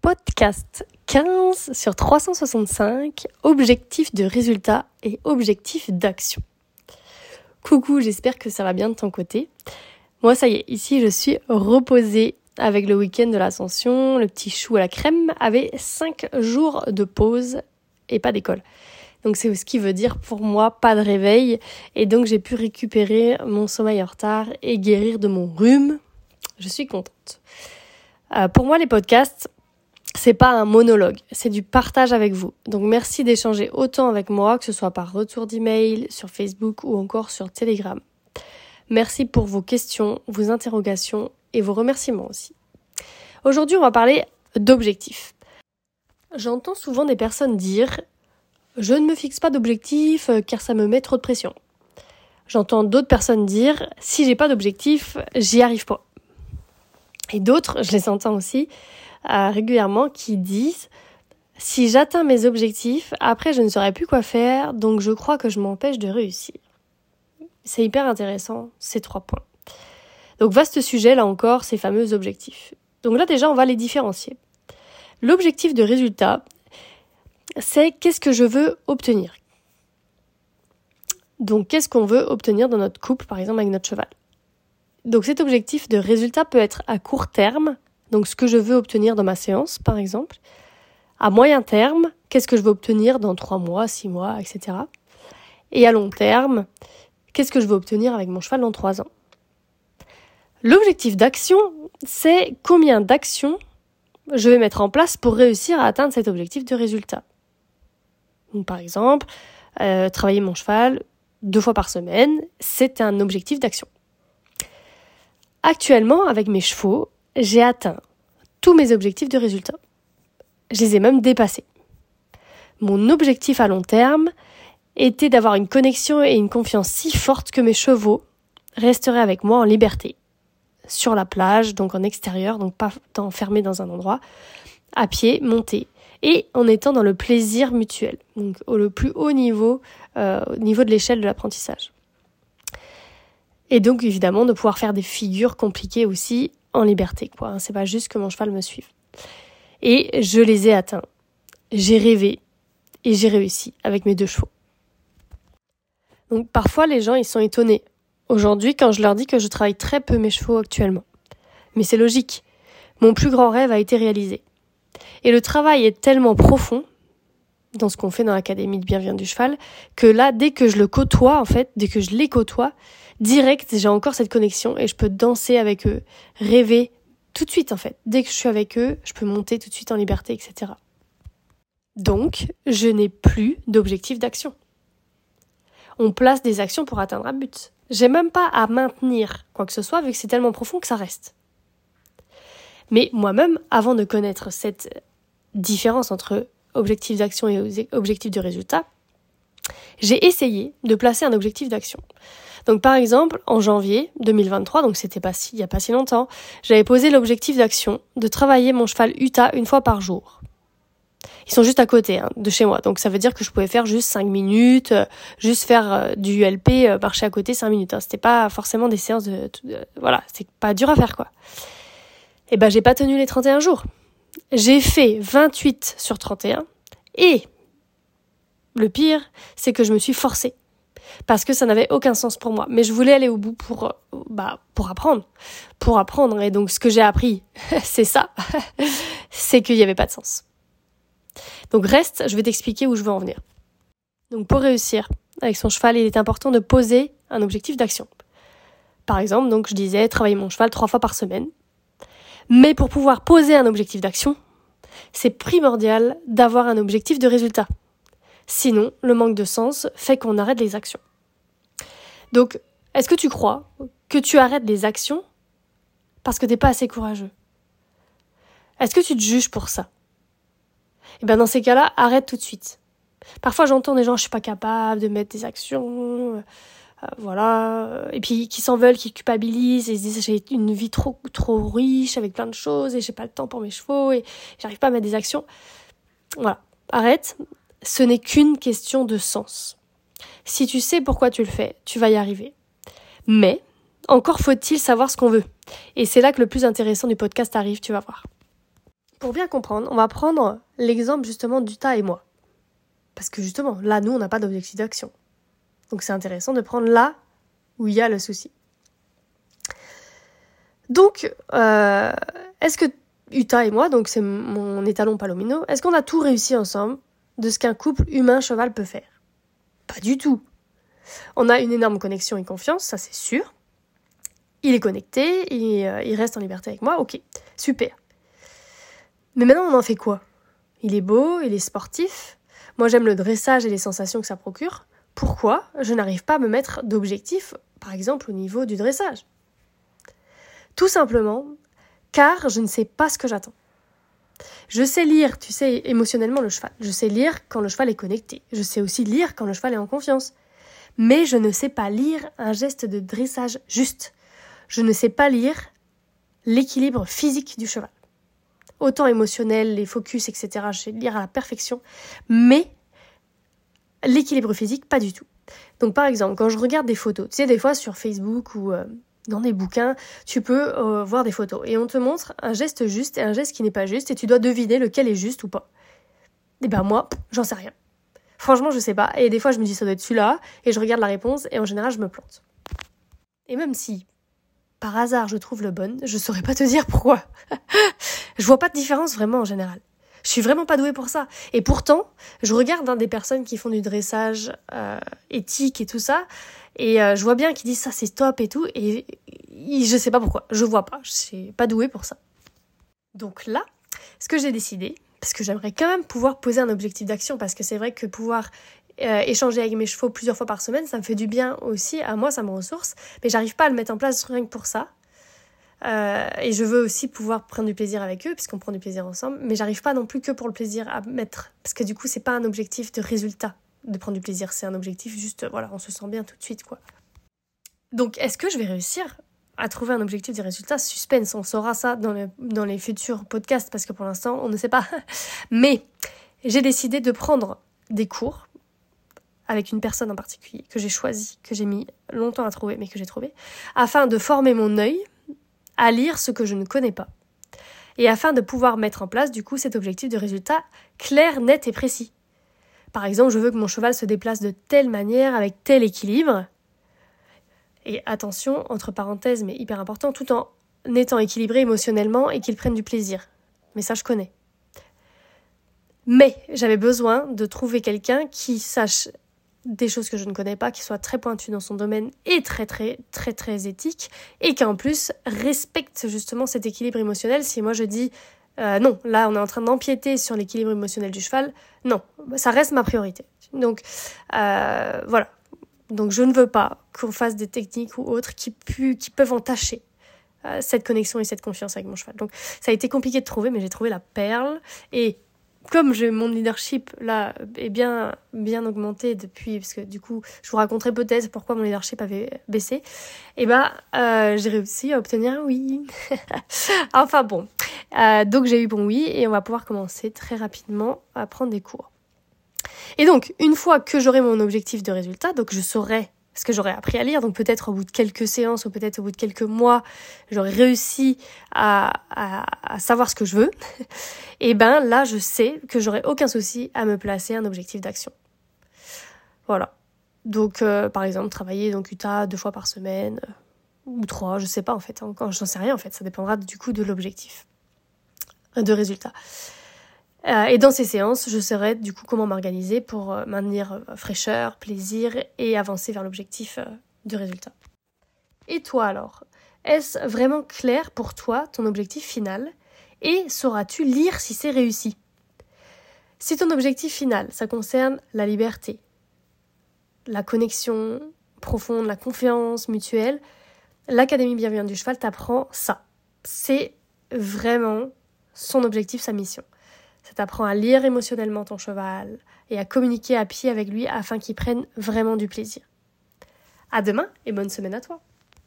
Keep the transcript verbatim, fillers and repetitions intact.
Podcast quinze sur trois cent soixante-cinq, objectifs de résultat et objectifs d'action. Coucou, j'espère que ça va bien de ton côté. Moi, ça y est, ici je suis reposée avec le week-end de l'Ascension, le petit chou à la crème, avec cinq jours de pause et pas d'école. Donc c'est ce qui veut dire pour moi pas de réveil, et donc j'ai pu récupérer mon sommeil en retard et guérir de mon rhume. Je suis contente. Euh, pour moi, les podcasts, c'est pas un monologue, c'est du partage avec vous. Donc merci d'échanger autant avec moi, que ce soit par retour d'email, sur Facebook ou encore sur Telegram. Merci pour vos questions, vos interrogations et vos remerciements aussi. Aujourd'hui, on va parler d'objectifs. J'entends souvent des personnes dire « Je ne me fixe pas d'objectif car ça me met trop de pression ». J'entends d'autres personnes dire « Si j'ai pas d'objectif, j'y arrive pas ». Et d'autres, je les entends aussi euh, régulièrement, qui disent « Si j'atteins mes objectifs, après je ne saurai plus quoi faire, donc je crois que je m'empêche de réussir ». C'est hyper intéressant, ces trois points. Donc vaste sujet, là encore, ces fameux objectifs. Donc là déjà, on va les différencier. L'objectif de résultat, c'est qu'est-ce que je veux obtenir. Donc qu'est-ce qu'on veut obtenir dans notre couple, par exemple avec notre cheval. Donc cet objectif de résultat peut être à court terme, donc ce que je veux obtenir dans ma séance, par exemple. À moyen terme, qu'est-ce que je veux obtenir dans trois mois, six mois, et cetera. Et à long terme, qu'est-ce que je veux obtenir avec mon cheval dans trois ans. L'objectif d'action, c'est combien d'actions je vais mettre en place pour réussir à atteindre cet objectif de résultat. Donc, par exemple, euh, travailler mon cheval deux fois par semaine, c'est un objectif d'action. Actuellement, avec mes chevaux, j'ai atteint tous mes objectifs de résultat. Je les ai même dépassés. Mon objectif à long terme était d'avoir une connexion et une confiance si forte que mes chevaux resteraient avec moi en liberté, sur la plage, donc en extérieur, donc pas enfermés dans un endroit, à pied, montés, et en étant dans le plaisir mutuel, donc au le plus haut niveau, euh, au niveau de l'échelle de l'apprentissage. Et donc évidemment de pouvoir faire des figures compliquées aussi en liberté, quoi. Hein, c'est pas juste que mon cheval me suive. Et je les ai atteints. J'ai rêvé et j'ai réussi avec mes deux chevaux. Donc parfois les gens ils sont étonnés aujourd'hui quand je leur dis que je travaille très peu mes chevaux actuellement. Mais c'est logique. Mon plus grand rêve a été réalisé. Et le travail est tellement profond dans ce qu'on fait dans l'Académie de Bienvenue du Cheval que là, dès que je le côtoie, en fait, dès que je les côtoie, direct, j'ai encore cette connexion et je peux danser avec eux, rêver tout de suite, en fait. Dès que je suis avec eux, je peux monter tout de suite en liberté, et cetera. Donc, je n'ai plus d'objectif d'action. On place des actions pour atteindre un but. J'ai même pas à maintenir quoi que ce soit, vu que c'est tellement profond que ça reste. Mais moi-même, avant de connaître cette différence entre objectif d'action et objectif de résultat, j'ai essayé de placer un objectif d'action. Donc par exemple, en janvier deux mille vingt-trois, donc c'était pas si, il y a pas si longtemps, j'avais posé l'objectif d'action de travailler mon cheval Utah une fois par jour. Ils sont juste à côté hein, de chez moi, donc ça veut dire que je pouvais faire juste cinq minutes, euh, juste faire euh, du U L P, euh, marcher à côté cinq minutes. Hein. C'était pas forcément des séances de, de, de... Voilà, c'est pas dur à faire quoi. Et ben j'ai pas tenu les trente et un jours. J'ai fait vingt-huit sur trente et un, et le pire, c'est que je me suis forcée. Parce que ça n'avait aucun sens pour moi. Mais je voulais aller au bout pour, bah, pour apprendre. Pour apprendre. Et donc, ce que j'ai appris, c'est ça. C'est qu'il n'y avait pas de sens. Donc, reste, je vais t'expliquer où je veux en venir. Donc, pour réussir avec son cheval, il est important de poser un objectif d'action. Par exemple, donc, je disais travailler mon cheval trois fois par semaine. Mais pour pouvoir poser un objectif d'action, c'est primordial d'avoir un objectif de résultat. Sinon, le manque de sens fait qu'on arrête les actions. Donc, est-ce que tu crois que tu arrêtes les actions parce que t'es pas assez courageux ? Est-ce que tu te juges pour ça ? Eh bien, dans ces cas-là, arrête tout de suite. Parfois, j'entends des gens, je suis pas capable de mettre des actions, euh, voilà, et puis qui s'en veulent, qui culpabilisent, et ils se disent, j'ai une vie trop, trop riche avec plein de choses, et j'ai pas le temps pour mes chevaux, et j'arrive pas à mettre des actions. Voilà, arrête. Ce n'est qu'une question de sens. Si tu sais pourquoi tu le fais, tu vas y arriver. Mais, encore faut-il savoir ce qu'on veut. Et c'est là que le plus intéressant du podcast arrive, tu vas voir. pour bien comprendre, on va prendre l'exemple justement d'Uta et moi. Parce que justement, là, nous, on n'a pas d'objectif d'action. Donc c'est intéressant de prendre là où il y a le souci. Donc, euh, est-ce que Uta et moi, donc c'est mon étalon Palomino, est-ce qu'on a tout réussi ensemble de ce qu'un couple humain-cheval peut faire ? Pas du tout. On a une énorme connexion et confiance, ça c'est sûr. Il est connecté, il, euh, il reste en liberté avec moi, ok, super. Mais maintenant, on en fait quoi ? Il est beau, il est sportif. Moi, j'aime le dressage et les sensations que ça procure. Pourquoi je n'arrive pas à me mettre d'objectif, par exemple au niveau du dressage ? Tout simplement, car je ne sais pas ce que j'attends. Je sais lire, tu sais, émotionnellement le cheval. Je sais lire quand le cheval est connecté. Je sais aussi lire quand le cheval est en confiance. Mais je ne sais pas lire un geste de dressage juste. Je ne sais pas lire l'équilibre physique du cheval. Autant émotionnel, les focus, et cetera, je sais lire à la perfection. Mais l'équilibre physique, pas du tout. Donc par exemple, quand je regarde des photos, tu sais, des fois sur Facebook ou euh, dans des bouquins, tu peux euh, voir des photos. Et on te montre un geste juste et un geste qui n'est pas juste, et tu dois deviner lequel est juste ou pas. Et ben moi, j'en sais rien. Franchement, je sais pas. Et des fois, je me dis, ça doit être celui-là, et je regarde la réponse, et en général, je me plante. Et même si, par hasard, je trouve le bon, je saurais pas te dire pourquoi. Je vois pas de différence vraiment en général. Je suis vraiment pas douée pour ça. Et pourtant, je regarde hein, des personnes qui font du dressage euh, éthique et tout ça, et euh, je vois bien qu'ils disent ça c'est top et tout, et, et je sais pas pourquoi. Je vois pas. Je suis pas douée pour ça. Donc là, ce que j'ai décidé, parce que j'aimerais quand même pouvoir poser un objectif d'action, parce que c'est vrai que pouvoir euh, échanger avec mes chevaux plusieurs fois par semaine, ça me fait du bien aussi, à moi ça me ressource, mais j'arrive pas à le mettre en place rien que pour ça. Euh, et je veux aussi pouvoir prendre du plaisir avec eux, puisqu'on prend du plaisir ensemble, mais j'arrive pas non plus que pour le plaisir à mettre, parce que du coup c'est pas un objectif de résultat de prendre du plaisir, c'est un objectif juste, voilà, on se sent bien tout de suite, quoi. Donc est-ce que je vais réussir à trouver un objectif de résultat ? Suspense, on saura ça dans, le, dans les futurs podcasts, parce que pour l'instant on ne sait pas. Mais j'ai décidé de prendre des cours avec une personne en particulier que j'ai choisie, que j'ai mis longtemps à trouver, mais que j'ai trouvé, afin de former mon œil à lire ce que je ne connais pas. Et afin de pouvoir mettre en place, du coup, cet objectif de résultat clair, net et précis. Par exemple, je veux que mon cheval se déplace de telle manière, avec tel équilibre. Et attention, entre parenthèses, mais hyper important, tout en étant équilibré émotionnellement et qu'il prenne du plaisir. Mais ça, je connais. Mais j'avais besoin de trouver quelqu'un qui sache des choses que je ne connais pas, qui soit très pointu dans son domaine et très très très très éthique, et qui en plus respecte justement cet équilibre émotionnel. Si moi je dis euh, non, là on est en train d'empiéter sur l'équilibre émotionnel du cheval, non, ça reste ma priorité. Donc euh, voilà, donc je ne veux pas qu'on fasse des techniques ou autres qui, pu, qui peuvent entacher euh, cette connexion et cette confiance avec mon cheval. Donc ça a été compliqué de trouver, mais j'ai trouvé la perle. Et comme j'ai, mon leadership là est bien, bien augmenté depuis, parce que du coup, je vous raconterai peut-être pourquoi mon leadership avait baissé, et ben euh, j'ai réussi à obtenir un oui. Enfin bon, euh, donc j'ai eu bon oui, et on va pouvoir commencer très rapidement à prendre des cours. Et donc, une fois que j'aurai mon objectif de résultat, donc je saurai ce que j'aurais appris à lire, donc peut-être au bout de quelques séances ou peut-être au bout de quelques mois, j'aurais réussi à, à, à savoir ce que je veux, et ben là, je sais que j'aurai aucun souci à me placer un objectif d'action. Voilà. Donc, euh, par exemple, travailler donc U T A deux fois par semaine, euh, ou trois, je sais pas en fait, encore, j'en sais rien en fait, ça dépendra du coup de l'objectif, de résultat. Euh, et dans ces séances, je saurai du coup comment m'organiser pour euh, maintenir euh, fraîcheur, plaisir et avancer vers l'objectif euh, de résultat. Et toi alors, est-ce vraiment clair pour toi ton objectif final ? Et sauras-tu lire si c'est réussi ? Si ton objectif final, ça concerne la liberté, la connexion profonde, la confiance mutuelle, l'Académie bienveillante du cheval t'apprend ça. C'est vraiment son objectif, sa mission. Ça t'apprend à lire émotionnellement ton cheval et à communiquer à pied avec lui afin qu'il prenne vraiment du plaisir. À demain et bonne semaine à toi.